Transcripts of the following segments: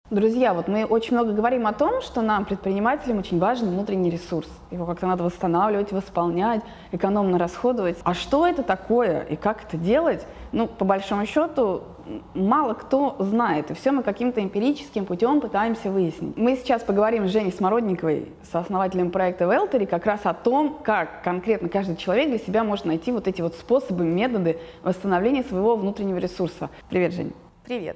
Друзья, вот мы очень много говорим о том, что нам, предпринимателям, очень важен внутренний ресурс. Его как-то надо восстанавливать, восполнять, экономно расходовать. А что это такое и как это делать? Ну, по большому счету, мало кто знает, и все мы каким-то эмпирическим путем пытаемся выяснить. Мы сейчас поговорим с Женей Смородниковой, сооснователем проекта Велтери, как раз о том, как конкретно каждый человек для себя может найти вот эти вот способы, методы восстановления своего внутреннего ресурса. Привет, Жень. Привет.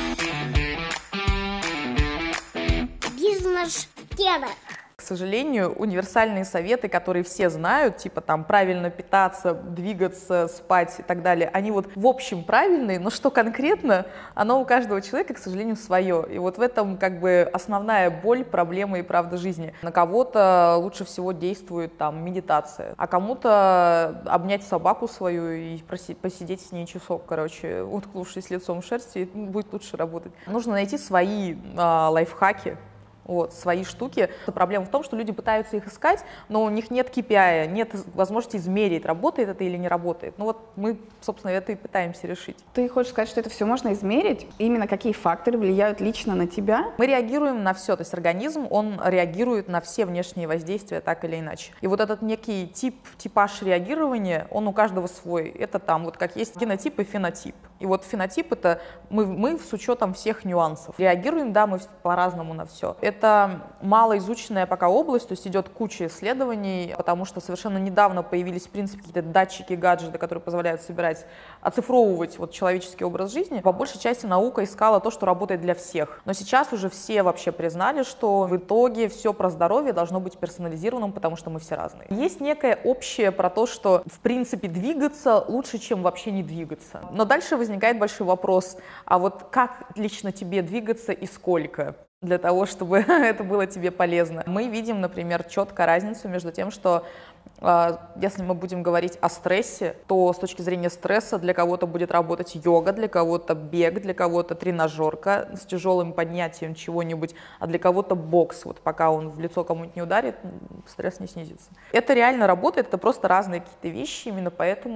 Бизнес-тема. К сожалению, универсальные советы, которые все знают, типа там правильно питаться, двигаться, спать и так далее, они вот в общем правильные, но что конкретно, оно у каждого человека, к сожалению, свое. И вот в этом как бы основная боль, проблема и правда жизни. На кого-то лучше всего действует там медитация, а кому-то обнять собаку свою и посидеть с ней часок, короче, уткнувшись лицом в шерсть, и будет лучше работать. Нужно найти свои лайфхаки. Вот, свои штуки. Проблема в том, что люди пытаются их искать, но у них нет KPI, нет возможности измерить, работает это или не работает. Ну вот мы, собственно, это и пытаемся решить. Ты хочешь сказать, что это все можно измерить? Именно какие факторы влияют лично на тебя? Мы реагируем на все, то есть организм, он реагирует на все внешние воздействия так или иначе. И вот этот некий типаж реагирования, он у каждого свой. Это там вот как есть генотип и фенотип. И вот фенотип — это мы с учетом всех нюансов. Реагируем, да, мы по-разному на все. Это малоизученная пока область, то есть идет куча исследований, потому что совершенно недавно появились, в принципе, какие-то датчики, гаджеты, которые позволяют собирать, оцифровывать вот человеческий образ жизни. По большей части наука искала то, что работает для всех. Но сейчас уже все вообще признали, что в итоге все про здоровье должно быть персонализированным, потому что мы все разные. Есть некое общее про то, что, в принципе, двигаться лучше, чем вообще не двигаться. Но дальше возникает большой вопрос, а вот как лично тебе двигаться и сколько? Для того, чтобы это было тебе полезно. Мы видим, например, четко разницу между тем, что если мы будем говорить о стрессе, то с точки зрения стресса для кого-то будет работать йога, для кого-то бег, для кого-то тренажерка с тяжелым поднятием чего-нибудь, а для кого-то бокс. Вот пока он в лицо кому-нибудь не ударит, стресс не снизится. Это реально работает, это просто разные какие-то вещи, именно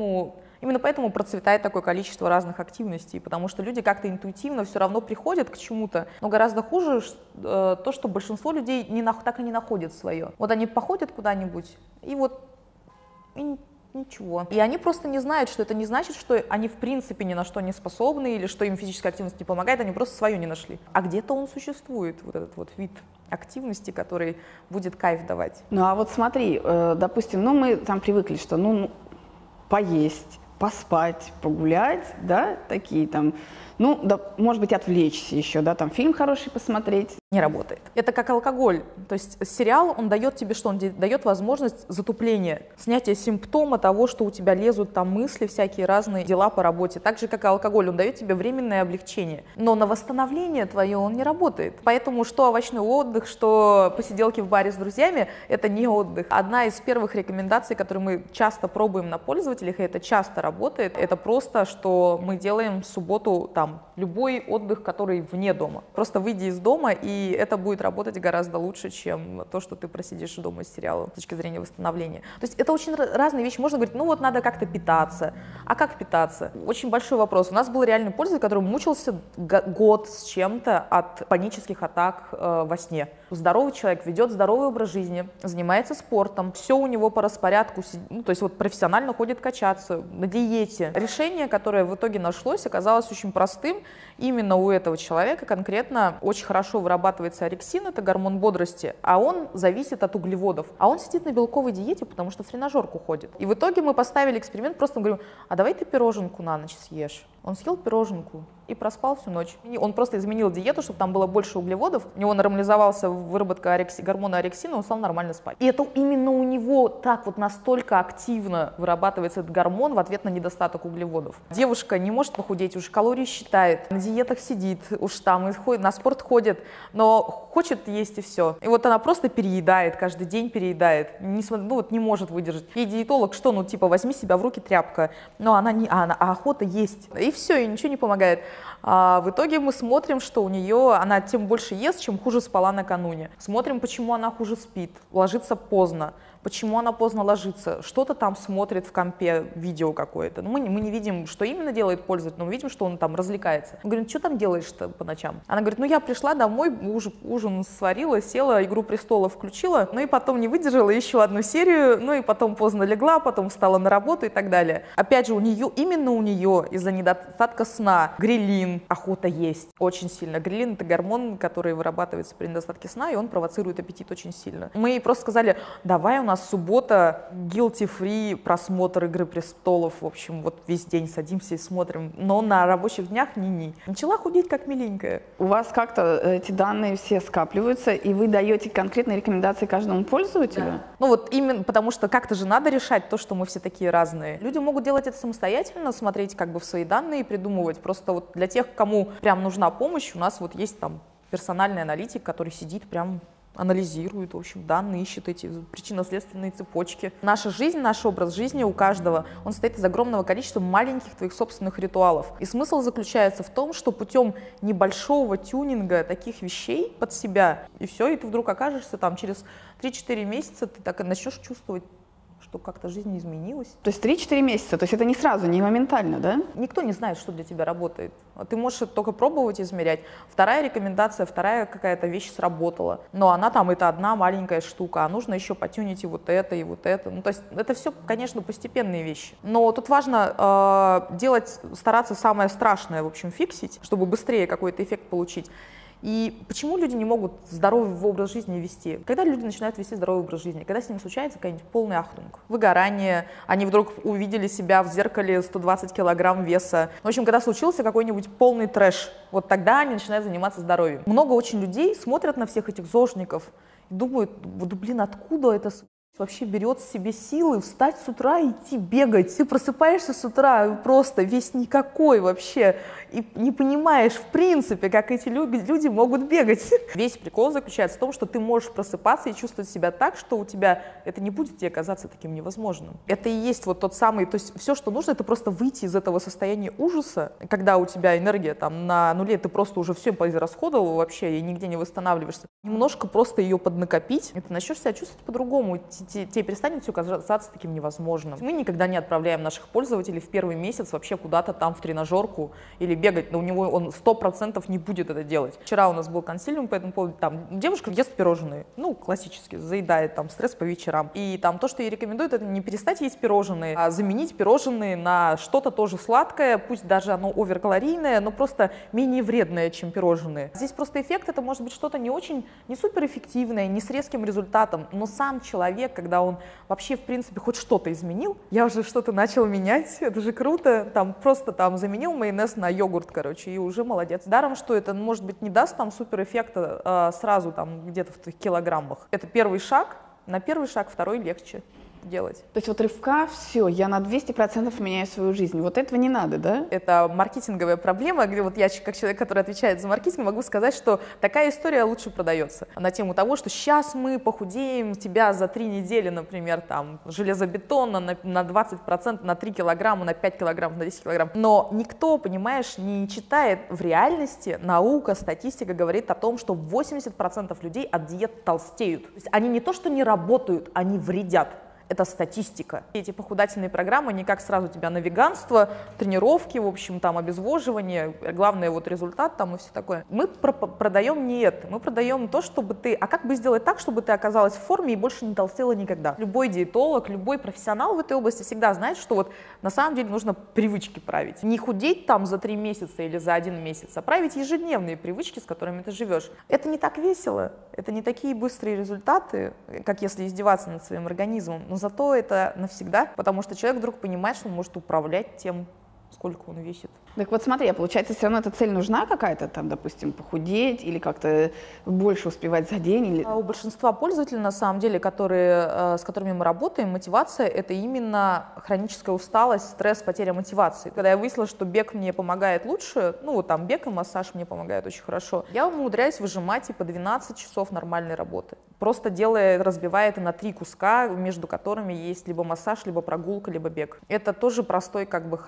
поэтому процветает такое количество разных активностей, потому что люди как-то интуитивно все равно приходят к чему-то, но гораздо хуже то, что большинство людей так и не находят свое. Вот они походят куда-нибудь, и ничего. И они просто не знают, что это не значит, что они в принципе ни на что не способны или что им физическая активность не помогает, они просто свое не нашли. А где-то он существует, вот этот вот вид активности, который будет кайф давать. Ну а вот смотри, допустим, мы там привыкли, что поесть, поспать, погулять, да, такие там, да, может быть, отвлечься еще, да, там фильм хороший посмотреть. Не работает. Это как алкоголь. То есть сериал, он дает тебе что? Он дает возможность затупления, снятия симптома того, что у тебя лезут там мысли, всякие разные дела по работе. Так же, как и алкоголь, он дает тебе временное облегчение. Но на восстановление твое он не работает. Поэтому что овощной отдых, что посиделки в баре с друзьями, это не отдых. Одна из первых рекомендаций, которые мы часто пробуем на пользователях, и это часто работает, это просто, что мы делаем в субботу там любой отдых, который вне дома. Просто выйди из дома, и это будет работать гораздо лучше, чем то, что ты просидишь дома с сериалом с точки зрения восстановления. То есть это очень разные вещи. Можно говорить, надо как-то питаться. А как питаться? Очень большой вопрос. У нас был реальный пользователь, который мучился год с чем-то от панических атак во сне. Здоровый человек ведет здоровый образ жизни, занимается спортом, все у него по распорядку, то есть вот профессионально ходит качаться, на диете. Решение, которое в итоге нашлось, оказалось очень простым. Именно у этого человека конкретно очень хорошо вырабатывается орексин, это гормон бодрости, а он зависит от углеводов. А он сидит на белковой диете, потому что в тренажерку ходит. И в итоге мы поставили эксперимент, просто говорим, а давай ты пироженку на ночь съешь. Он съел пироженку и проспал всю ночь. Он просто изменил диету, чтобы там было больше углеводов. У него нормализовался выработка гормона орексина, он стал нормально спать. И это именно у него так вот настолько активно вырабатывается этот гормон в ответ на недостаток углеводов. Девушка не может похудеть, уж калории считает, на диетах сидит, уж там на спорт ходит, но хочет есть и все. И вот она просто переедает, каждый день переедает, не может выдержать. И диетолог, что, возьми себя в руки, тряпка. Но она охота есть. И все, и ничего не помогает. А в итоге мы смотрим, что у нее, она тем больше ест, чем хуже спала накануне. Смотрим, почему она хуже спит, ложится поздно. Почему она поздно ложится, что-то там смотрит в компе, видео какое-то. Мы не видим, что именно делает пользователь, но мы видим, что он там развлекается. Мы говорим, что там делаешь-то по ночам? Она говорит, я пришла домой, ужин сварила, села, «Игру престолов» включила, и потом не выдержала еще одну серию, и потом поздно легла, потом встала на работу и так далее. Опять же, именно у нее из-за недостатка сна грелин, охота есть очень сильно. Грелин — это гормон, который вырабатывается при недостатке сна, и он провоцирует аппетит очень сильно. Мы ей просто сказали, давай, у нас суббота, guilty-free просмотр «Игры престолов», в общем, вот весь день садимся и смотрим, но на рабочих днях ни-ни. Начала худеть как миленькая. У вас как-то эти данные все скапливаются, и вы даете конкретные рекомендации каждому пользователю? Да. Именно потому, что как-то же надо решать то, что мы все такие разные. Люди могут делать это самостоятельно, смотреть в свои данные и придумывать. Просто для тех, кому прям нужна помощь, у нас есть там персональный аналитик, который сидит прям анализирует, в общем, данные, ищет эти причинно-следственные цепочки. Наша жизнь, наш образ жизни у каждого, он состоит из огромного количества маленьких твоих собственных ритуалов. И смысл заключается в том, что путем небольшого тюнинга таких вещей под себя, и все, и ты вдруг окажешься там через 3-4 месяца, ты так и начнешь чувствовать, что как-то жизнь изменилась. То есть 3-4 месяца, то есть это не сразу, не моментально, да? Никто не знает, что для тебя работает. Ты можешь это только пробовать измерять. Вторая рекомендация, вторая какая-то вещь сработала, но она это одна маленькая штука, а нужно еще потюнить и вот это, и вот это. То есть это все, конечно, постепенные вещи. Но тут важно стараться самое страшное, в общем, фиксить, чтобы быстрее какой-то эффект получить. И почему люди не могут здоровый образ жизни вести? Когда люди начинают вести здоровый образ жизни, когда с ними случается какой-нибудь полный ахтунг, выгорание, они вдруг увидели себя в зеркале 120 килограмм веса. В общем, когда случился какой-нибудь полный трэш, вот тогда они начинают заниматься здоровьем. Много очень людей смотрят на всех этих зожников и думают, откуда это вообще берет в себе силы встать с утра и идти бегать. Ты просыпаешься с утра просто весь никакой вообще и не понимаешь в принципе, как эти люди могут бегать. Весь прикол заключается в том, что ты можешь просыпаться и чувствовать себя так, что у тебя это не будет тебе казаться таким невозможным. Это и есть тот самый, то есть все, что нужно, это просто выйти из этого состояния ужаса, когда у тебя энергия на нуле, ты просто уже все поизрасходовал вообще и нигде не восстанавливаешься. Немножко просто ее поднакопить, и ты начнешь себя чувствовать по-другому. Тебе перестанет все казаться таким невозможным. Мы никогда не отправляем наших пользователей в первый месяц вообще куда-то там в тренажерку или бегать, но у него он 100% не будет это делать. Вчера у нас был консилиум по этому поводу, там девушка ест пирожные, классически, заедает стресс по вечерам. И то, что ей рекомендуют, это не перестать есть пирожные, а заменить пирожные на что-то тоже сладкое, пусть даже оно оверкалорийное, но просто менее вредное, чем пирожные. Здесь просто эффект, это может быть что-то не суперэффективное, не с резким результатом, но сам человек, когда он вообще, в принципе, хоть что-то изменил, я уже что-то начал менять, это же круто, просто заменил майонез на йогурт, и уже молодец. Даром, что это, может быть, не даст суперэффекта сразу где-то в килограммах. Это первый шаг, на первый шаг второй легче делать. То есть рывка, все, я на 200% меняю свою жизнь. Вот этого не надо, да? Это маркетинговая проблема, где я, как человек, который отвечает за маркетинг, могу сказать, что такая история лучше продается. На тему того, что сейчас мы похудеем тебя за 3 недели, например, железобетонно на 20%, на 3 килограмма, на 5 килограмм, на 10 килограмм. Но никто, понимаешь, не читает в реальности, наука, статистика говорит о том, что 80% людей от диет толстеют. То есть они не то, что не работают, они вредят. Это статистика. Эти похудательные программы никак сразу тебя на веганство, тренировки, в общем, обезвоживание, главное результат и все такое. Мы продаем не это, мы продаем то, чтобы а как бы сделать так, чтобы ты оказалась в форме и больше не толстела никогда. Любой диетолог, любой профессионал в этой области всегда знает, что на самом деле нужно привычки править. Не худеть за 3 месяца или за 1 месяц, а править ежедневные привычки, с которыми ты живешь. Это не так весело, это не такие быстрые результаты, как если издеваться над своим организмом. Но зато это навсегда, потому что человек вдруг понимает, что он может управлять тем, сколько он весит. Так вот смотри, получается, все равно эта цель нужна какая-то, допустим, похудеть или как-то больше успевать за день? Или... У большинства пользователей, на самом деле, с которыми мы работаем, мотивация — это именно хроническая усталость, стресс, потеря мотивации. Когда я выяснила, что бег мне помогает лучше, бег и массаж мне помогают очень хорошо, я умудряюсь выжимать 12 часов нормальной работы. Просто разбивая это на 3 куска, между которыми есть либо массаж, либо прогулка, либо бег. Это тоже простой хак, который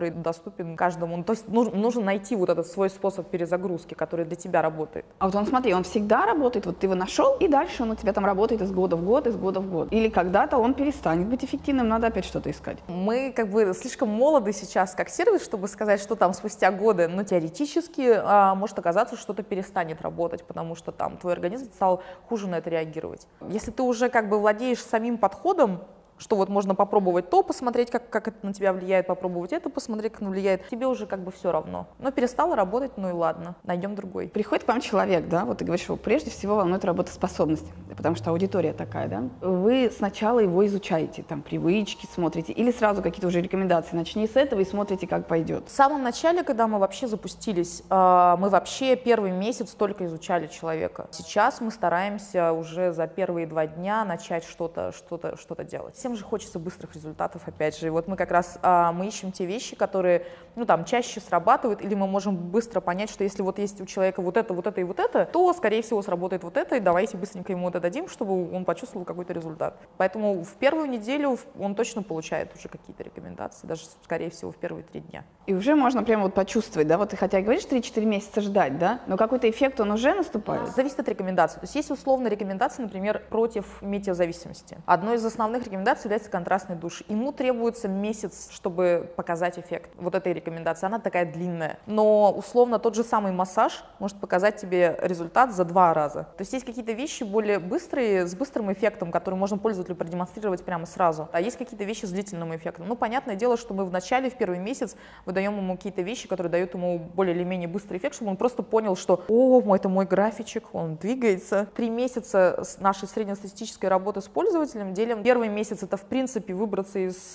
который доступен каждому. Ну, то есть нужно найти вот этот свой способ перезагрузки, который для тебя работает. А вот он, смотри, он всегда работает, вот ты его нашел, и дальше он у тебя там работает из года в год, из года в год. Или когда-то он перестанет быть эффективным, надо опять что-то искать. Мы как бы слишком молоды сейчас как сервис, чтобы сказать, что там спустя годы, но теоретически может оказаться, что что-то перестанет работать, потому что там твой организм стал хуже на это реагировать. Если ты уже как бы владеешь самим подходом, что вот можно попробовать то, посмотреть, как это на тебя влияет, попробовать это, посмотреть, как оно влияет. Тебе уже как бы все равно. Но перестало работать, ну и ладно, найдем другой. Приходит к вам человек, да, вот ты говоришь, что прежде всего волнует работоспособность, потому что аудитория такая, да. Вы сначала его изучаете, там, привычки смотрите, или сразу какие-то уже рекомендации. Начни с этого и смотрите, как пойдет. В самом начале, когда мы вообще запустились, мы вообще первый месяц только изучали человека. Сейчас мы стараемся уже за первые 2 дня начать что-то делать. Всем же хочется быстрых результатов, опять же. И вот мы как раз мы ищем те вещи, которые, ну, там, чаще срабатывают, или мы можем быстро понять, что если вот есть у человека вот это и вот это, то, скорее всего, сработает вот это, и давайте быстренько ему это дадим, чтобы он почувствовал какой-то результат. Поэтому в первую неделю он точно получает уже какие-то рекомендации, даже, скорее всего, в первые 3 дня. И уже можно прямо вот почувствовать, да, вот ты хотя и говоришь 3-4 месяца ждать, да, но какой-то эффект он уже наступает? Зависит от рекомендаций. То есть есть условные рекомендации, например, против метеозависимости. Одной из основных рекомендаций является контрастный душ. Ему требуется месяц, чтобы показать эффект вот этой рекомендации. Она такая длинная. Но условно тот же самый массаж может показать тебе результат за 2 раза. То есть есть какие-то вещи более быстрые, с быстрым эффектом, которые можно пользователю продемонстрировать прямо сразу. А есть какие-то вещи с длительным эффектом. Ну, понятное дело, что мы в начале, в первый месяц выдаем ему какие-то вещи, которые дают ему более или менее быстрый эффект, чтобы он просто понял, что это мой графичек, он двигается. 3 месяца с нашей среднестатистической работы с пользователем делим. Первый месяц это в принципе выбраться из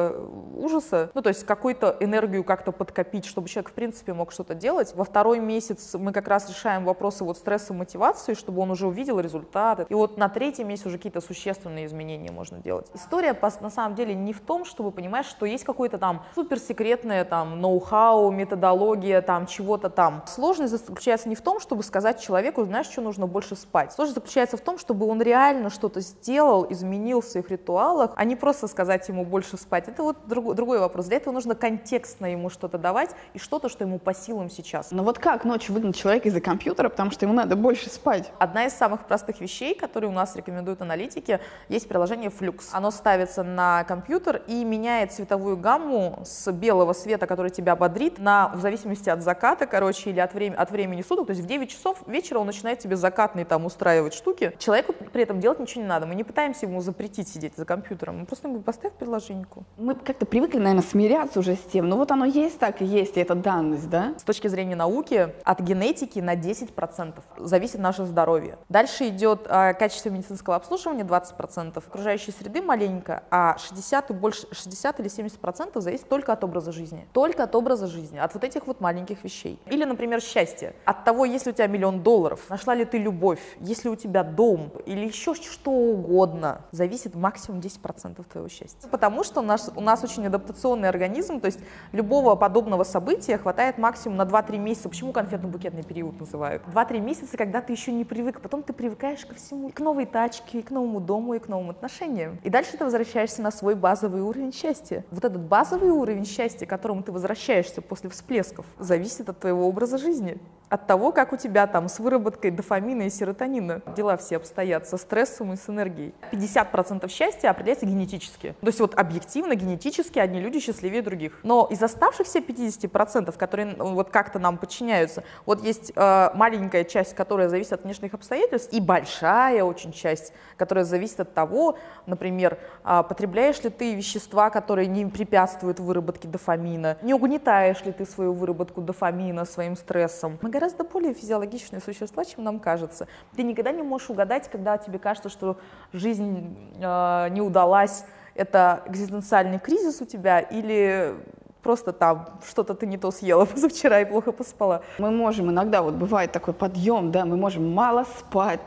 ужаса, ну то есть какую-то энергию как-то подкопить, чтобы человек в принципе мог что-то делать. Во 2-й месяц мы как раз решаем вопросы вот стресса, мотивации, чтобы он уже увидел результаты. И вот на 3-й месяц уже какие-то существенные изменения можно делать. История на самом деле не в том, чтобы понимать, что есть какое-то там суперсекретное там ноу-хау, методология там чего-то там. Сложность заключается не в том, чтобы сказать человеку, знаешь, что нужно больше спать. Сложность заключается в том, чтобы он реально что-то сделал, изменил в своих ритуалах, а не просто сказать ему больше спать. Это вот другой вопрос. Для этого нужно контекстно ему что-то давать и что-то, что ему по силам сейчас. Но вот как ночью выгнать человека из-за компьютера, потому что ему надо больше спать? Одна из самых простых вещей, которые у нас рекомендуют аналитики, есть приложение Flux. Оно ставится на компьютер и меняет цветовую гамму с белого света, который тебя бодрит, в зависимости от заката, или от времени суток. То есть в 9 часов вечера он начинает тебе закатные там устраивать штуки. Человеку при этом делать ничего не надо. Мы не пытаемся ему запретить сидеть за компьютером. Мы просто ему поставь приложеньку. Мы как-то привыкли, наверное, смиряться уже с тем. Ну вот оно есть так и есть, и это данность, да? С точки зрения науки, от генетики на 10% зависит наше здоровье. Дальше идет качество медицинского обслуживания 20%, окружающей среды маленько, а 60 или 70% зависит только от образа жизни. Только от образа жизни, от вот этих вот маленьких вещей. Или, например, счастье. От того, есть ли у тебя $1 миллион, нашла ли ты любовь, есть ли у тебя дом или еще что угодно, зависит максимум 10% твоего счастья. Потому что у нас очень адаптационный организм, то есть любого подобного события хватает максимум на 2-3 месяца. Почему конфетно-букетный период называют? 2-3 месяца, когда ты еще не привык, потом ты привыкаешь ко всему, и к новой тачке, и к новому дому, и к новым отношениям. И дальше ты возвращаешься на свой базовый уровень счастья. Вот этот базовый уровень счастья, к которому ты возвращаешься после всплесков, зависит от твоего образа жизни. От того, как у тебя там с выработкой дофамина и серотонина дела все обстоят, со стрессом и с энергией. 50% счастья определяется генетически. То есть вот объективно, генетически одни люди счастливее других. Но из оставшихся 50%, которые вот как-то нам подчиняются, вот есть маленькая часть, которая зависит от внешних обстоятельств, и большая очень часть, которая зависит от того, например, потребляешь ли ты вещества, которые не препятствуют выработке дофамина, не угнетаешь ли ты свою выработку дофамина своим стрессом. Мы гораздо более физиологичные существа, чем нам кажется. Ты никогда не можешь угадать, когда тебе кажется, что жизнь не удалась, это экзистенциальный кризис у тебя или просто там что-то ты не то съела позавчера и плохо поспала. Мы можем иногда, вот бывает такой подъем, да, мы можем мало спать, там,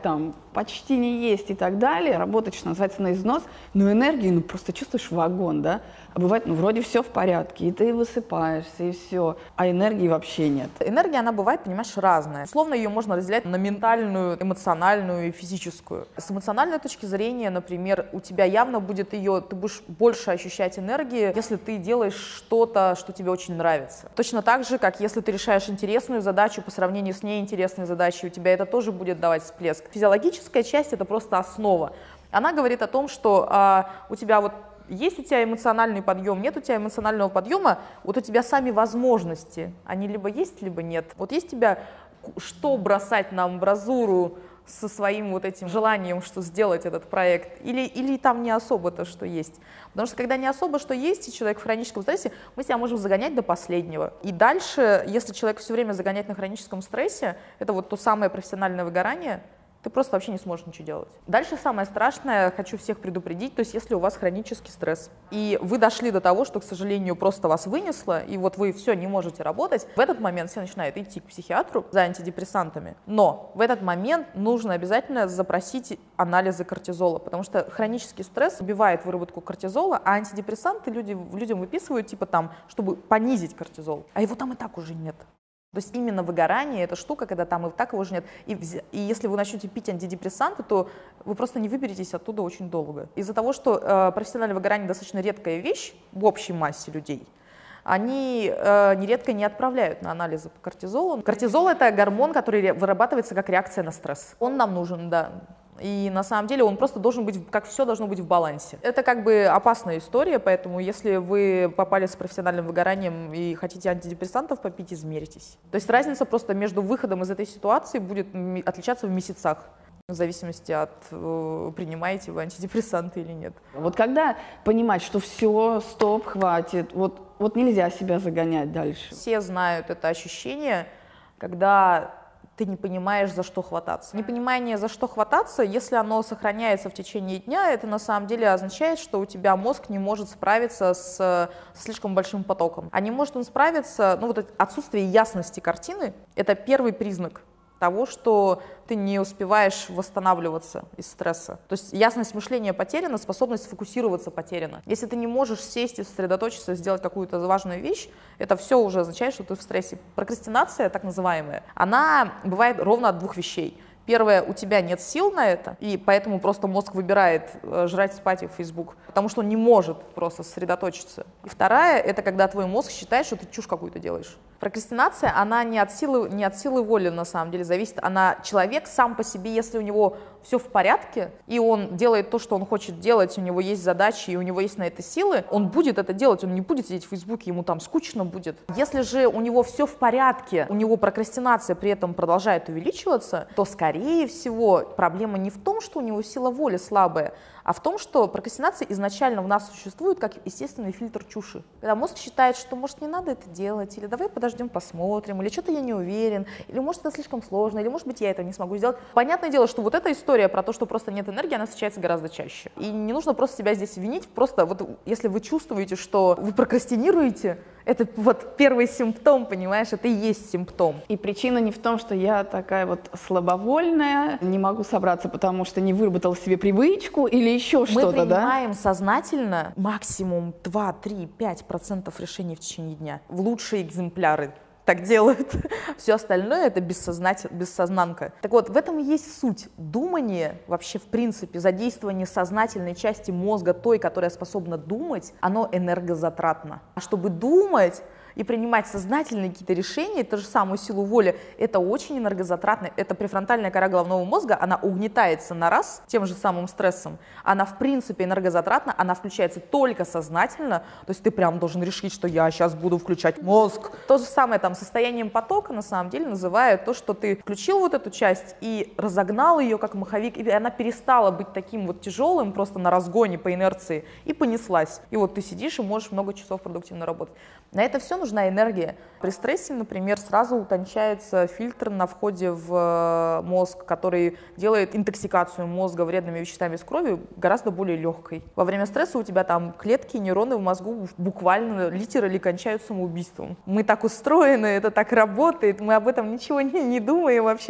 почти не есть и так далее, работать, что называется, на износ, но энергии, просто чувствуешь вагон, да? А бывает, вроде все в порядке, и ты высыпаешься, и все, а энергии вообще нет. Энергия, она бывает, понимаешь, разная. Условно ее можно разделять на ментальную, эмоциональную и физическую. С эмоциональной точки зрения, например, у тебя явно будет ты будешь больше ощущать энергии, если ты делаешь что-то, что тебе очень нравится. Точно так же, как если ты решаешь интересную задачу по сравнению с неинтересной задачей, у тебя это тоже будет давать всплеск. Физиологическая часть — это просто основа. Она говорит о том, что у тебя есть у тебя эмоциональный подъем, нет у тебя эмоционального подъема, у тебя сами возможности, они либо есть, либо нет. Есть у тебя что бросать на амбразуру со своим этим желанием, что сделать этот проект, или там не особо-то что есть. Потому что когда не особо что есть, и человек в хроническом стрессе, мы себя можем загонять до последнего. И дальше, если человек все время загонять на хроническом стрессе, это то самое профессиональное выгорание, ты просто вообще не сможешь ничего делать. Дальше самое страшное, хочу всех предупредить, то есть если у вас хронический стресс, и вы дошли до того, что, к сожалению, просто вас вынесло, и вы все, не можете работать, в этот момент все начинают идти к психиатру за антидепрессантами. Но в этот момент нужно обязательно запросить анализы кортизола, потому что хронический стресс убивает выработку кортизола, а антидепрессанты людям выписывают чтобы понизить кортизол, а его там и так уже нет. То есть именно выгорание — это штука, когда там и так его уже нет. И если вы начнете пить антидепрессанты, то вы просто не выберетесь оттуда очень долго. Из-за того, что профессиональное выгорание достаточно редкая вещь в общей массе людей, они нередко не отправляют на анализы по кортизолу. Кортизол — это гормон, который вырабатывается как реакция на стресс. Он нам нужен, да. И на самом деле он просто должен быть, как все должно быть в балансе. Это опасная история, поэтому если вы попали с профессиональным выгоранием и хотите антидепрессантов попить, измеритесь. То есть разница просто между выходом из этой ситуации будет отличаться в месяцах, в зависимости от принимаете вы антидепрессанты или нет. Когда понимать, что все, стоп, хватит, нельзя себя загонять дальше. Все знают это ощущение, когда ты не понимаешь, за что хвататься. Непонимание, за что хвататься, если оно сохраняется в течение дня, это на самом деле означает, что у тебя мозг не может справиться с слишком большим потоком. А не может он справиться, отсутствие ясности картины — это первый признак того, что ты не успеваешь восстанавливаться из стресса. То есть ясность мышления потеряна, способность сфокусироваться потеряна. Если ты не можешь сесть и сосредоточиться, сделать какую-то важную вещь, это все уже означает, что ты в стрессе. Прокрастинация, так называемая, она бывает ровно от двух вещей. Первое, у тебя нет сил на это, и поэтому просто мозг выбирает жрать, спать и в Facebook, потому что он не может просто сосредоточиться. И вторая, это когда твой мозг считает, что ты чушь какую-то делаешь. Прокрастинация, она не от силы воли на самом деле зависит. Человек сам по себе, если у него все в порядке, и он делает то, что он хочет делать, у него есть задачи, и у него есть на это силы, он будет это делать, он не будет сидеть в Фейсбуке, ему там скучно будет. Если же у него все в порядке, у него прокрастинация при этом продолжает увеличиваться, то, скорее всего, проблема не в том, что у него сила воли слабая, а в том, что прокрастинация изначально в нас существует как естественный фильтр чуши. Когда мозг считает, что, может, не надо это делать, или давай подождем, посмотрим, или что-то я не уверен, или, может, это слишком сложно, или, может быть, я это не смогу сделать. Понятное дело, что эта история про то, что просто нет энергии, она встречается гораздо чаще. И не нужно просто себя здесь винить, просто если вы чувствуете, что вы прокрастинируете, это первый симптом, понимаешь, это и есть симптом. И причина не в том, что я такая слабовольная, не могу собраться, потому что не выработала себе привычку или еще что-то, да? Мы принимаем сознательно максимум 2, 3, 5% решений в течение дня. В лучшие экземпляры так делают. Все остальное — это бессознанка. Так в этом и есть суть. Думание, вообще, в принципе, задействование сознательной части мозга, той, которая способна думать, оно энергозатратно. А чтобы думать и принимать сознательные какие-то решения, ту же самую силу воли, это очень энергозатратно. Это префронтальная кора головного мозга, она угнетается на раз тем же самым стрессом. Она, в принципе, энергозатратна, она включается только сознательно. То есть ты прям должен решить, что я сейчас буду включать мозг. То же самое состоянием потока, на самом деле, называют то, что ты включил эту часть и разогнал ее как маховик, и она перестала быть таким тяжелым, просто на разгоне по инерции, и понеслась. И ты сидишь и можешь много часов продуктивно работать. На это все нужна энергия. При стрессе, например, сразу утончается фильтр на входе в мозг, который делает интоксикацию мозга вредными веществами из крови гораздо более легкой. Во время стресса у тебя там клетки, нейроны в мозгу буквально литерально кончают самоубийством. Мы так устроены, это так работает, мы об этом ничего не думаем вообще.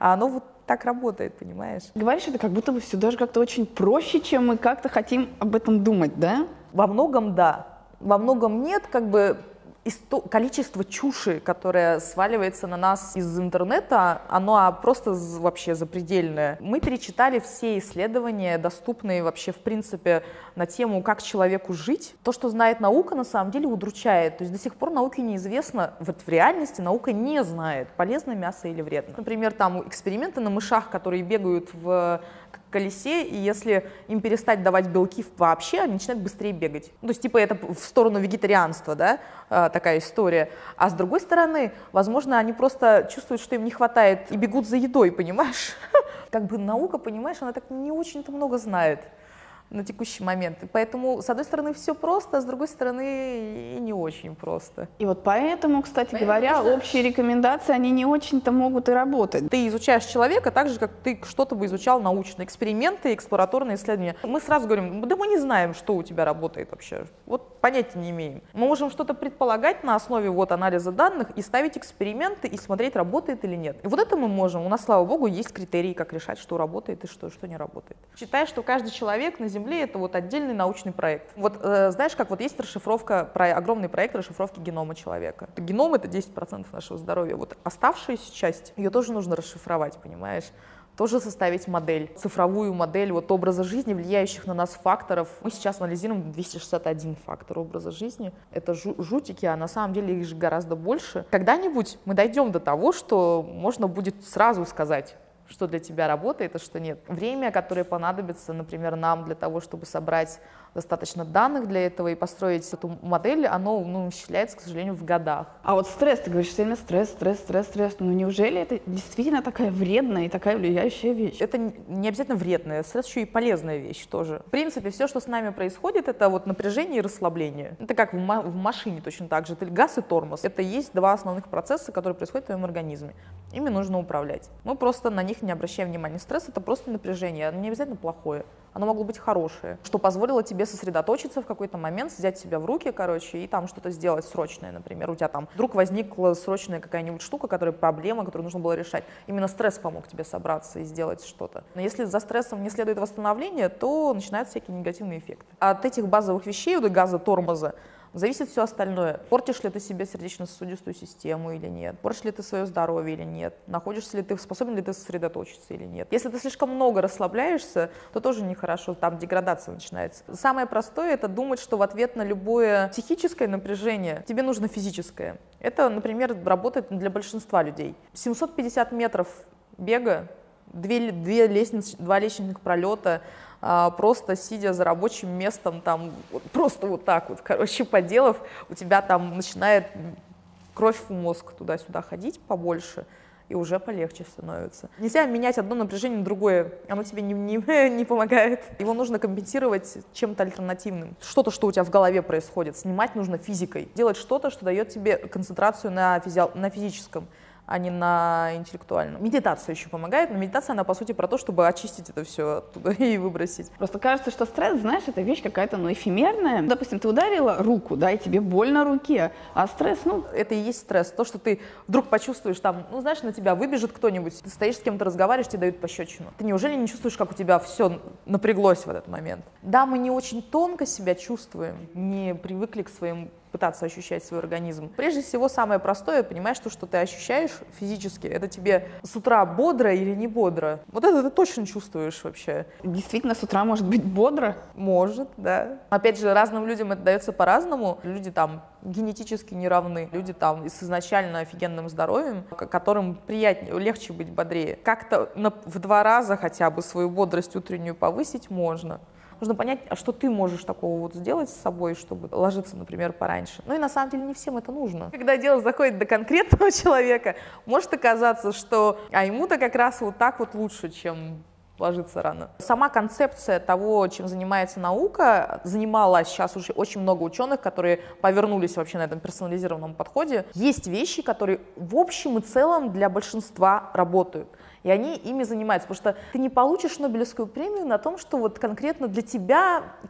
А оно вот так работает, понимаешь? Говоришь, это как будто бы все даже как-то очень проще, чем мы как-то хотим об этом думать, да? Во многом да, во многом нет, как бы количество чуши, которое сваливается на нас из интернета, оно просто вообще запредельное. Мы перечитали все исследования, доступные вообще в принципе на тему, как человеку жить. То, что знает наука, на самом деле удручает. То есть до сих пор науке неизвестно, вот в реальности наука не знает, полезно мясо или вредно. Например, там эксперименты на мышах, которые бегают в колесе, и если им перестать давать белки вообще, они начинают быстрее бегать. Ну, то есть, типа, это в сторону вегетарианства, да, такая история. А с другой стороны, возможно, они просто чувствуют, что им не хватает, и бегут за едой, понимаешь? Как бы наука, понимаешь, она так не очень-то много знает на текущий момент. И поэтому, с одной стороны, все просто, а с другой стороны, и не очень просто. И вот поэтому, кстати говоря, общие рекомендации, они не очень-то могут и работать. Ты изучаешь человека так же, как ты что-то бы изучал научно. Эксперименты, эксплураторные исследования. Мы сразу говорим, да мы не знаем, что у тебя работает вообще. Вот понятия не имеем. Мы можем что-то предполагать на основе вот анализа данных и ставить эксперименты и смотреть, работает или нет. И вот это мы можем. У нас, слава богу, есть критерии, как решать, что работает и что не работает. Считай, что каждый человек на Земле — это вот отдельный научный проект. Вот знаешь, как вот есть расшифровка, огромный проект расшифровки генома человека. Геном — это 10% нашего здоровья. Вот оставшуюся часть, ее тоже нужно расшифровать, понимаешь? Тоже составить модель, цифровую модель вот образа жизни, влияющих на нас факторов. Мы сейчас анализируем 261 фактор образа жизни. Это жутики, а на самом деле их же гораздо больше. Когда-нибудь мы дойдем до того, что можно будет сразу сказать, что для тебя работает, а что нет. Время, которое понадобится, например, нам для того, чтобы собрать достаточно данных для этого и построить эту модель, оно исчисляется, к сожалению, в годах. А вот стресс, ты говоришь, все время стресс. Ну неужели это действительно такая вредная и такая влияющая вещь? Это не обязательно вредная, стресс еще и полезная вещь тоже. В принципе, все, что с нами происходит, это вот напряжение и расслабление. Это как в машине точно так же. Это газ и тормоз. Это есть два основных процесса, которые происходят в твоем организме. Ими нужно управлять. Мы просто на них не обращаем внимания. Стресс — это просто напряжение, оно не обязательно плохое. Оно могло быть хорошее, что позволило тебе сосредоточиться в какой-то момент, взять себя в руки, и там что-то сделать срочное, например. У тебя там вдруг возникла срочная какая-нибудь штука, проблема, которую нужно было решать. Именно стресс помог тебе собраться и сделать что-то. Но если за стрессом не следует восстановление, то начинаются всякие негативные эффекты. От этих базовых вещей, вот газа, тормоза, зависит все остальное. Портишь ли ты себе сердечно-сосудистую систему или нет? Портишь ли ты свое здоровье или нет? Способен ли ты сосредоточиться или нет? Если ты слишком много расслабляешься, то тоже нехорошо, там деградация начинается. Самое простое — это думать, что в ответ на любое психическое напряжение тебе нужно физическое. Это, например, работает для большинства людей. 750 метров бега, два лестничных пролета, просто сидя за рабочим местом, там, просто вот так вот, поделав, у тебя там начинает кровь в мозг туда-сюда ходить побольше, и уже полегче становится. Нельзя менять одно напряжение на другое, оно тебе не помогает. Его нужно компенсировать чем-то альтернативным. Что-то, что у тебя в голове происходит, снимать нужно физикой. Делать что-то, что дает тебе концентрацию на физическом, а не на интеллектуальном. Медитация еще помогает, но медитация, она, по сути, про то, чтобы очистить это все оттуда и выбросить. Просто кажется, что стресс, знаешь, это вещь какая-то, эфемерная. Допустим, ты ударила руку, да, и тебе больно руке, а стресс, Это и есть стресс. То, что ты вдруг почувствуешь, знаешь, на тебя выбежит кто-нибудь, ты стоишь с кем-то разговариваешь, тебе дают пощечину. Ты неужели не чувствуешь, как у тебя все напряглось в этот момент? Да, мы не очень тонко себя чувствуем, не привыкли к своим пытаться ощущать свой организм. Прежде всего, самое простое, понимаешь, что ты ощущаешь физически, это тебе с утра бодро или не бодро. Вот это ты точно чувствуешь вообще. Действительно, с утра может быть бодро? Может, да. Опять же, разным людям это дается по-разному. Люди там генетически не равны, люди там с изначально офигенным здоровьем, которым приятнее, легче быть бодрее. Как-то в 2 раза хотя бы свою бодрость утреннюю повысить можно. Нужно понять, а что ты можешь такого вот сделать с собой, чтобы ложиться, например, пораньше. И на самом деле не всем это нужно. Когда дело заходит до конкретного человека, может оказаться, что ему-то как раз вот так вот лучше, чем ложиться рано. Сама концепция того, чем занимается наука, занимала сейчас уже очень много ученых, которые повернулись вообще на этом персонализированном подходе. Есть вещи, которые в общем и целом для большинства работают. И они ими занимаются, потому что ты не получишь Нобелевскую премию на том, что вот конкретно для тебя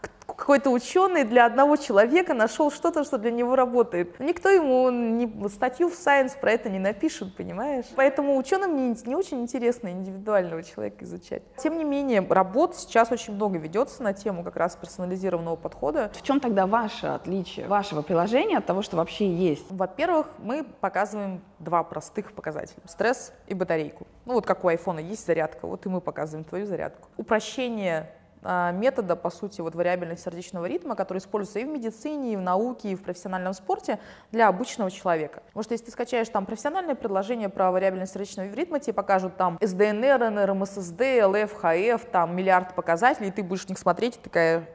какой-то ученый для одного человека нашел что-то, что для него работает. Никто ему статью в Science про это не напишет, понимаешь? Поэтому ученым не очень интересно индивидуального человека изучать. Тем не менее, работ сейчас очень много ведется на тему как раз персонализированного подхода. В чем тогда ваше отличие вашего приложения от того, что вообще есть? Во-первых, мы показываем два простых показателя. Стресс и батарейку. Ну вот как у айфона есть зарядка, вот и мы показываем твою зарядку. Упрощение метода, по сути, вот вариабельность сердечного ритма, который используется и в медицине, и в науке, и в профессиональном спорте для обычного человека. Потому что если ты скачаешь там профессиональное предложение про вариабельность сердечного ритма, тебе покажут там СДНР, НРМССД, ЛФ, ХФ, там миллиард показателей, и ты будешь в них смотреть и такая,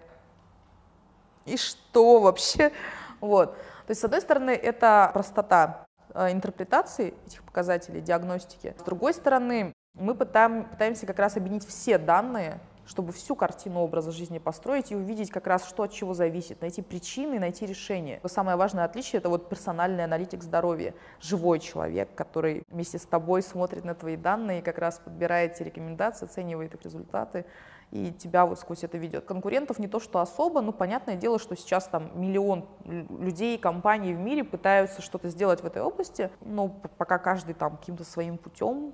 и что вообще? Вот. То есть, с одной стороны, это простота интерпретации этих показателей, диагностики. С другой стороны, мы пытаемся как раз объединить все данные, чтобы всю картину образа жизни построить и увидеть как раз, что от чего зависит, найти причины, найти решения. Самое важное отличие — это вот персональный аналитик здоровья, живой человек, который вместе с тобой смотрит на твои данные и как раз подбирает те рекомендации, оценивает их результаты и тебя вот сквозь это ведет. Конкурентов не то что особо, но понятное дело, что сейчас там миллион людей, компаний в мире пытаются что-то сделать в этой области, но пока каждый там каким-то своим путем,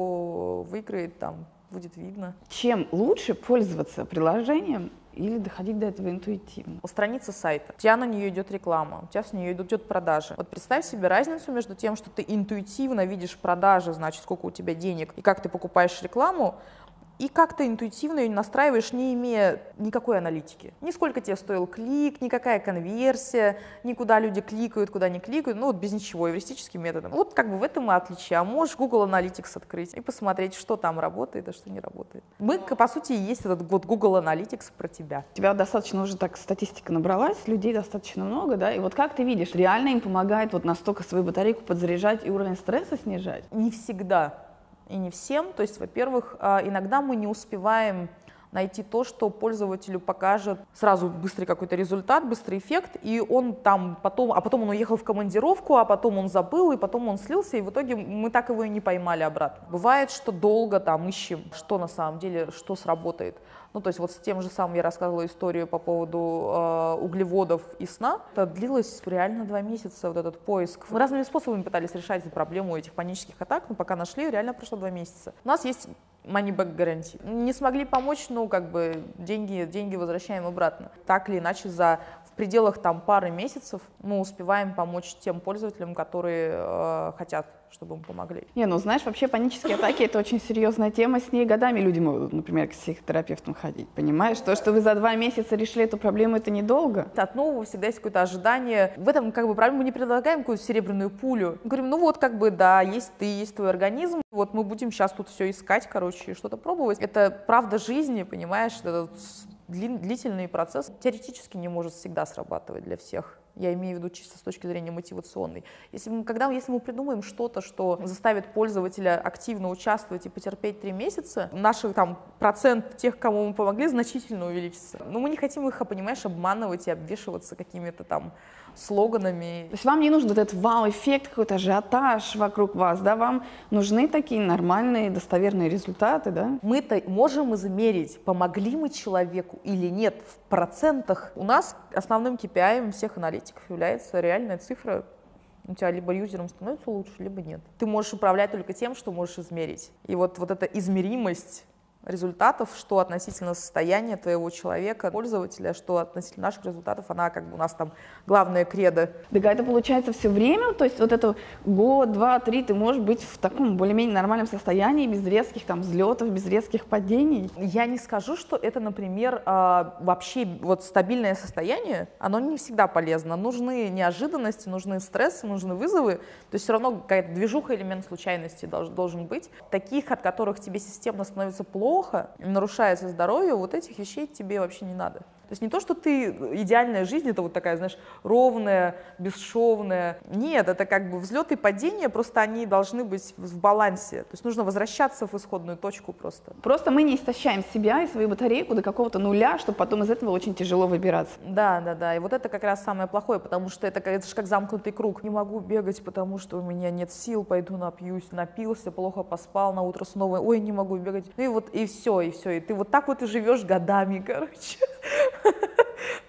кто выиграет, там будет видно. Чем лучше пользоваться приложением или доходить до этого интуитивно? Страница сайта. У тебя на нее идет реклама, у тебя с нее идет продажи. Вот представь себе разницу между тем, что ты интуитивно видишь продажи, значит, сколько у тебя денег, и как ты покупаешь рекламу, и как ты интуитивно ее настраиваешь, не имея никакой аналитики. Ни сколько тебе стоил клик, никакая конверсия, никуда люди кликают, куда не кликают, ну вот без ничего, эвристическим методом. Вот как бы в этом и отличие. А можешь Google Analytics открыть и посмотреть, что там работает, а что не работает. Мы, по сути, и есть этот вот Google Analytics про тебя. У тебя достаточно уже так статистика набралась, людей достаточно много, да? И вот как ты видишь, реально им помогает вот настолько свою батарейку подзаряжать и уровень стресса снижать? Не всегда. И не всем. То есть, во-первых, иногда мы не успеваем найти то, что пользователю покажет сразу быстрый какой-то результат, быстрый эффект, и он там потом он уехал в командировку, а потом он забыл, и потом он слился, и в итоге мы так его и не поймали обратно. Бывает, что долго там ищем, что на самом деле, что сработает. Ну, то есть вот с тем же самым я рассказывала историю по поводу углеводов и сна. Это длилось реально 2 месяца, вот этот поиск. Мы разными способами пытались решать эту проблему этих панических атак, но пока нашли, реально прошло 2 месяца. У нас есть money-back гарантии. Не смогли помочь, ну, как бы деньги возвращаем обратно. Так или иначе, в пределах там пары месяцев мы успеваем помочь тем пользователям, которые хотят, чтобы им помогли. Ну знаешь, вообще панические атаки — это очень серьезная тема, с ней годами люди могут, например, к психотерапевтам ходить, понимаешь? То, что вы за 2 месяца решили эту проблему, это недолго. От нового всегда есть какое-то ожидание. В этом как бы проблему мы не предлагаем какую-то серебряную пулю. Мы говорим, ну вот как бы да, есть ты, есть твой организм, вот мы будем сейчас тут все искать, короче, и что-то пробовать. Это правда жизни, понимаешь, это длительный процесс. Теоретически не может всегда срабатывать для всех. Я имею в виду чисто с точки зрения мотивационной. Если мы придумаем что-то, что заставит пользователя активно участвовать и потерпеть 3 месяца, наш там процент тех, кому мы помогли, значительно увеличится. Но мы не хотим их, понимаешь, обманывать и обвешиваться какими-то там слоганами. То есть вам не нужен вот этот вау-эффект, какой-то ажиотаж вокруг вас, да? Вам нужны такие нормальные, достоверные результаты, да? Мы-то можем измерить, помогли мы человеку или нет в процентах. У нас основным KPI всех аналитиков является реальная цифра. У тебя либо юзером становится лучше, либо нет. Ты можешь управлять только тем, что можешь измерить. И вот эта измеримость результатов, что относительно состояния твоего человека, пользователя, что относительно наших результатов, она как бы у нас там главная кредо. Так это получается все время, то есть вот это год, 2, 3 ты можешь быть в таком более-менее нормальном состоянии, без резких там взлетов, без резких падений? Я не скажу, что это, например, вообще вот стабильное состояние, оно не всегда полезно. Нужны неожиданности, нужны стрессы, нужны вызовы, то есть все равно какая-то движуха, элемент случайности должен быть. Таких, от которых тебе системно становится плохо, нарушается здоровье, вот этих вещей тебе вообще не надо. То есть не то, что ты идеальная жизнь, это вот такая, знаешь, ровная, бесшовная. Нет, это как бы взлеты и падения, просто они должны быть в балансе. То есть нужно возвращаться в исходную точку просто. Просто мы не истощаем себя и свою батарейку до какого-то нуля, чтобы потом из этого очень тяжело выбираться. Да. И вот это как раз самое плохое, потому что это же как замкнутый круг. Не могу бегать, потому что у меня нет сил, пойду напьюсь. Напился, плохо поспал, на утро снова, ой, не могу бегать. И вот, и все. И ты вот так вот и живешь годами, короче.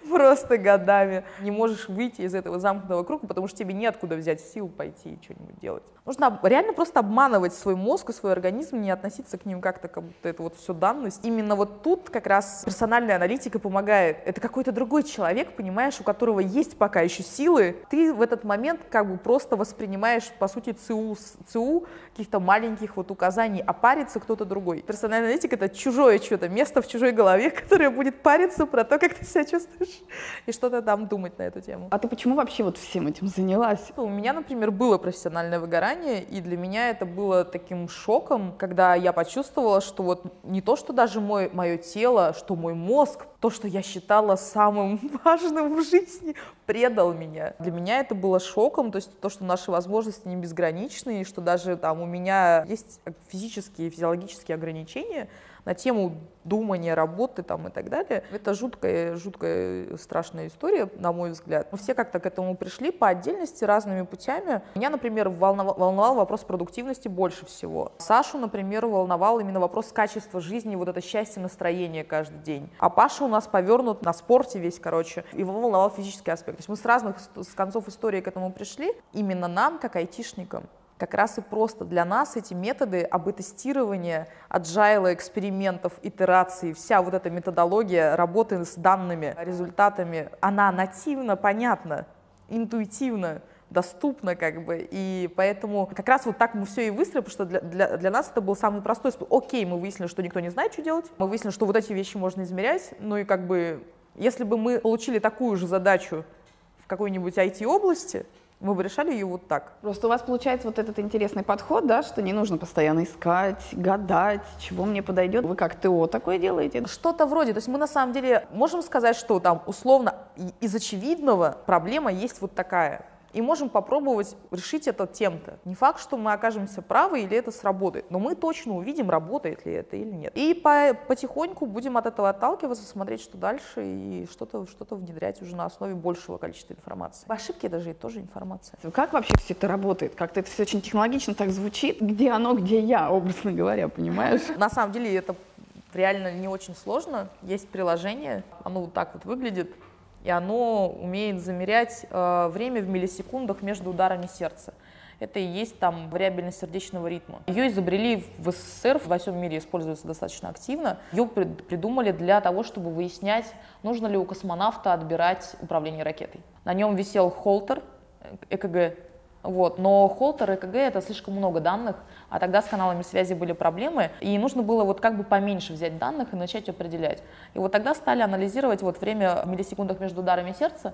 просто годами не можешь выйти из этого замкнутого круга, потому что тебе неоткуда взять сил пойти и что-нибудь делать. Нужно реально просто обманывать свой мозг и свой организм, не относиться к ним как-то, как будто это вот все данность. Именно вот тут как раз персональная аналитика помогает. Это какой-то другой человек, понимаешь, у которого есть пока еще силы. Ты в этот момент как бы просто воспринимаешь, по сути, ЦУ каких-то маленьких вот указаний, а парится кто-то другой. Персональная аналитика — это чужое что-то, место в чужой голове, которое будет париться про то, как ты себя чувствуешь, и что-то там думать на эту тему. А ты почему вообще вот всем этим занялась? У меня, например, было профессиональное выгорание, и для меня это было таким шоком, когда я почувствовала, что вот не то, что даже мое тело, что мой мозг, то, что я считала самым важным в жизни, предал меня. Для меня это было шоком, то есть то, что наши возможности не безграничны, и что даже там у меня есть физические и физиологические ограничения на тему думания, работы там и так далее. Это жуткая, страшная история, на мой взгляд. Мы все как-то к этому пришли по отдельности, разными путями. Меня, например, волновал вопрос продуктивности больше всего. Сашу, например, волновал именно вопрос качества жизни, вот это счастье, настроение каждый день. А Паша у нас повернут на спорте весь, короче. Его волновал физический аспект. То есть мы с разных концов истории к этому пришли. Именно нам, как айтишникам, как раз и просто для нас эти методы АБ-тестирования, аджайла, экспериментов, итераций, вся вот эта методология работы с данными, результатами, она нативно понятна, интуитивно доступна как бы, и поэтому как раз вот так мы все и выстроили, потому что для нас это был самый простой способ. Окей, мы выяснили, что никто не знает, что делать, мы выяснили, что вот эти вещи можно измерять, ну и как бы, если бы мы получили такую же задачу в какой-нибудь IT-области, мы бы решали ее вот так. Просто у вас получается вот этот интересный подход, да, что не нужно постоянно искать, гадать, чего мне подойдет. Вы как ТО такое делаете? Что-то вроде. То есть мы на самом деле можем сказать, что там условно из очевидного проблема есть вот такая. И можем попробовать решить это тем-то. Не факт, что мы окажемся правы или это сработает, но мы точно увидим, работает ли это или нет. И потихоньку будем от этого отталкиваться, смотреть, что дальше, и что-то внедрять уже на основе большего количества информации. Ошибки даже и тоже информация. Как вообще все это работает? Как-то это все очень технологично так звучит. Где оно, где я, образно говоря, понимаешь? На самом деле это реально не очень сложно. Есть приложение, оно вот так вот выглядит. И оно умеет замерять время в миллисекундах между ударами сердца. Это и есть там вариабельность сердечного ритма. Ее изобрели в СССР, во всем мире используется достаточно активно. Ее придумали для того, чтобы выяснять, нужно ли у космонавта отбирать управление ракетой. На нем висел холтер, ЭКГ. Вот. Но холтер, ЭКГ — это слишком много данных, а тогда с каналами связи были проблемы, и нужно было вот как бы поменьше взять данных и начать определять. И вот тогда стали анализировать вот время в миллисекундах между ударами сердца,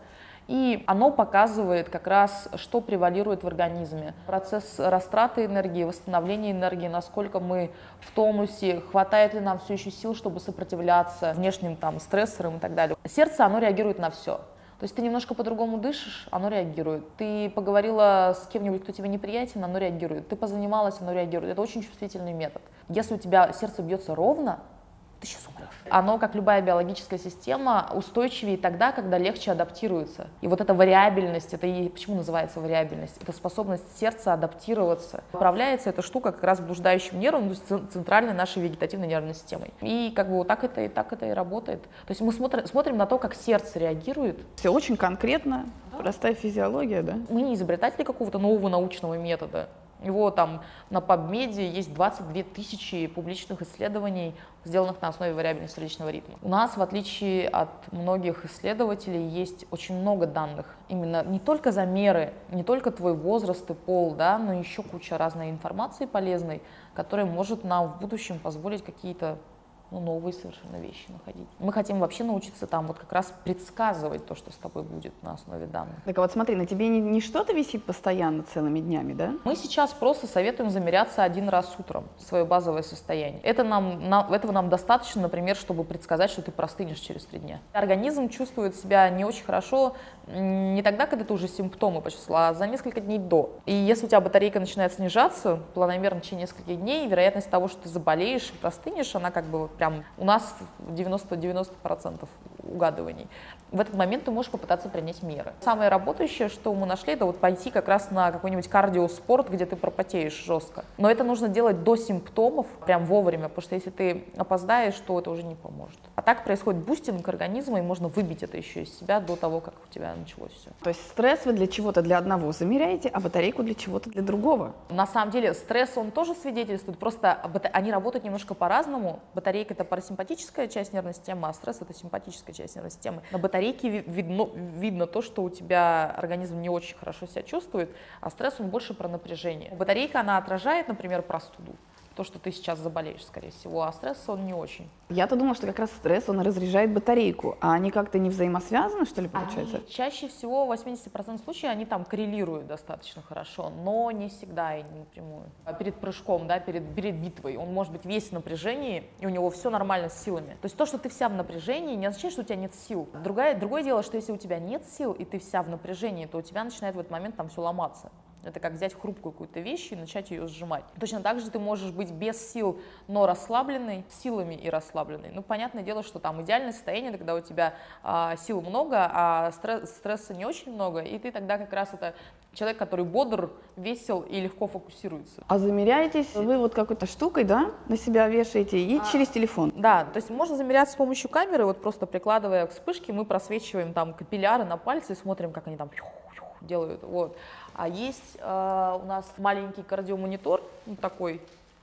и оно показывает как раз, что превалирует в организме. Процесс растраты энергии, восстановления энергии, насколько мы в тонусе, хватает ли нам все еще сил, чтобы сопротивляться внешним там стрессорам и так далее. Сердце, оно реагирует на все. То есть ты немножко по-другому дышишь, оно реагирует. Ты поговорила с кем-нибудь, кто тебе неприятен, оно реагирует. Ты позанималась, оно реагирует. Это очень чувствительный метод. Если у тебя сердце бьется ровно, ты сейчас умрешь. Оно, как любая биологическая система, устойчивее тогда, когда легче адаптируется. И вот эта вариабельность, это и почему называется вариабельность? Это способность сердца адаптироваться. Управляется эта штука как раз блуждающим нервом, то есть центральной нашей вегетативной нервной системой. И как бы вот так это и работает. То есть мы смотрим на то, как сердце реагирует. Все очень конкретно, простая физиология, да? Мы не изобретатели какого-то нового научного метода. Его там на PubMed есть 22 тысячи публичных исследований, сделанных на основе вариабельности сердечного ритма. У нас, в отличие от многих исследователей, есть очень много данных. Именно не только замеры, не только твой возраст и пол, да, но еще куча разной информации полезной, которая может нам в будущем позволить какие-то новые совершенно вещи находить. Мы хотим вообще научиться там вот как раз предсказывать то, что с тобой будет на основе данных. Так а вот смотри, на тебе не что-то висит постоянно целыми днями, да? Мы сейчас просто советуем замеряться один раз утром, свое базовое состояние. Этого нам достаточно, например, чтобы предсказать, что ты простынешь через 3 дня. Организм чувствует себя не очень хорошо не тогда, когда ты уже симптомы почувствовала, а за несколько дней до. И если у тебя батарейка начинает снижаться планомерно в течение нескольких дней, вероятность того, что ты заболеешь и простынешь, она как бы прям у нас 90% угадываний. В этот момент ты можешь попытаться принять меры. Самое работающее, что мы нашли, это вот пойти как раз на какой-нибудь кардиоспорт, где ты пропотеешь жестко. Но это нужно делать до симптомов, прям вовремя, потому что если ты опоздаешь, то это уже не поможет. А так происходит бустинг организма, и можно выбить это еще из себя до того, как у тебя началось все. То есть стресс вы для чего-то для одного замеряете, а батарейку для чего-то для другого? На самом деле стресс, он тоже свидетельствует, просто они работают немножко по-разному. Батарейка — это парасимпатическая часть нервной системы, а стресс — это симпатическая часть нервной системы. На батарейке видно то, что у тебя организм не очень хорошо себя чувствует, а стресс, он больше про напряжение. Батарейка, она отражает, например, простуду. То, что ты сейчас заболеешь, скорее всего, а стресс, он не очень. Я-то думала, что как раз стресс, он разряжает батарейку, а они как-то не взаимосвязаны, что ли, получается? Чаще всего, в 80% случаев, они там коррелируют достаточно хорошо, но не всегда и не напрямую. Перед прыжком, да, перед битвой, он может быть весь в напряжении, и у него все нормально с силами. То есть то, что ты вся в напряжении, не означает, что у тебя нет сил. Другое дело, что если у тебя нет сил, и ты вся в напряжении, то у тебя начинает в этот момент там все ломаться. Это как взять хрупкую какую-то вещь и начать ее сжимать. Точно так же ты можешь быть без сил, но расслабленный, с силами и расслабленный. Ну, понятное дело, что там идеальное состояние, это когда у тебя сил много, а стресса не очень много, и ты тогда как раз это человек, который бодр, весел и легко фокусируется. А замеряетесь вы вот какой-то штукой, да, на себя вешаете и через телефон? Да, то есть можно замеряться с помощью камеры, вот просто прикладывая к вспышке, мы просвечиваем там капилляры на пальцы и смотрим, как они там делают, вот. А есть у нас маленький кардиомонитор, вот такой,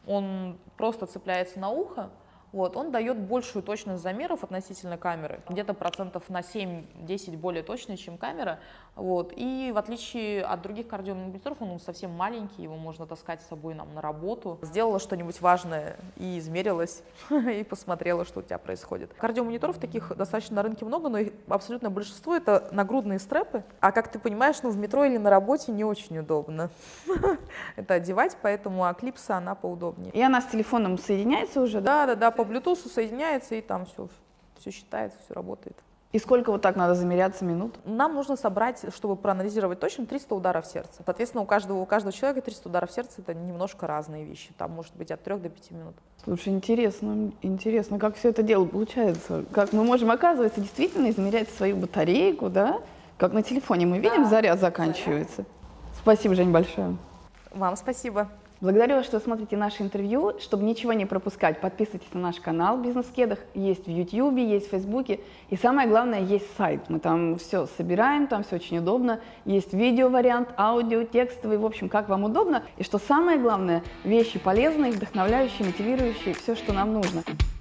он просто цепляется на ухо, вот, он дает большую точность замеров относительно камеры, где-то процентов на 7-10 более точный, чем камера, вот, и в отличие от других кардиомониторов он совсем маленький, его можно таскать с собой нам на работу. Сделала что-нибудь важное и измерилась, и посмотрела, что у тебя происходит. Кардиомониторов таких достаточно на рынке много, но их абсолютно большинство — это нагрудные стрэпы, а как ты понимаешь, ну, в метро или на работе не очень удобно это одевать, поэтому клипса, она поудобнее. И она с телефоном соединяется уже, да? Да, по Bluetooth соединяется, и там все считается, все работает. И сколько вот так надо замеряться минут? Нам нужно собрать, чтобы проанализировать точно, 300 ударов сердца. Соответственно, у каждого человека 300 ударов сердца — это немножко разные вещи. Там может быть от 3 до 5 минут. Слушай, интересно, как все это дело получается. Как мы можем, оказывается, действительно измерять свою батарейку, да? Как на телефоне мы видим, заряд заканчивается. Спасибо, Жень, большое. Вам спасибо. Благодарю вас, что смотрите наше интервью. Чтобы ничего не пропускать, подписывайтесь на наш канал «Бизнес в кедах». Есть в YouTube, есть в Фейсбуке. И самое главное, есть сайт. Мы там все собираем, там все очень удобно. Есть видео-вариант, аудио, текстовый, в общем, как вам удобно. И что самое главное, вещи полезные, вдохновляющие, мотивирующие, все, что нам нужно.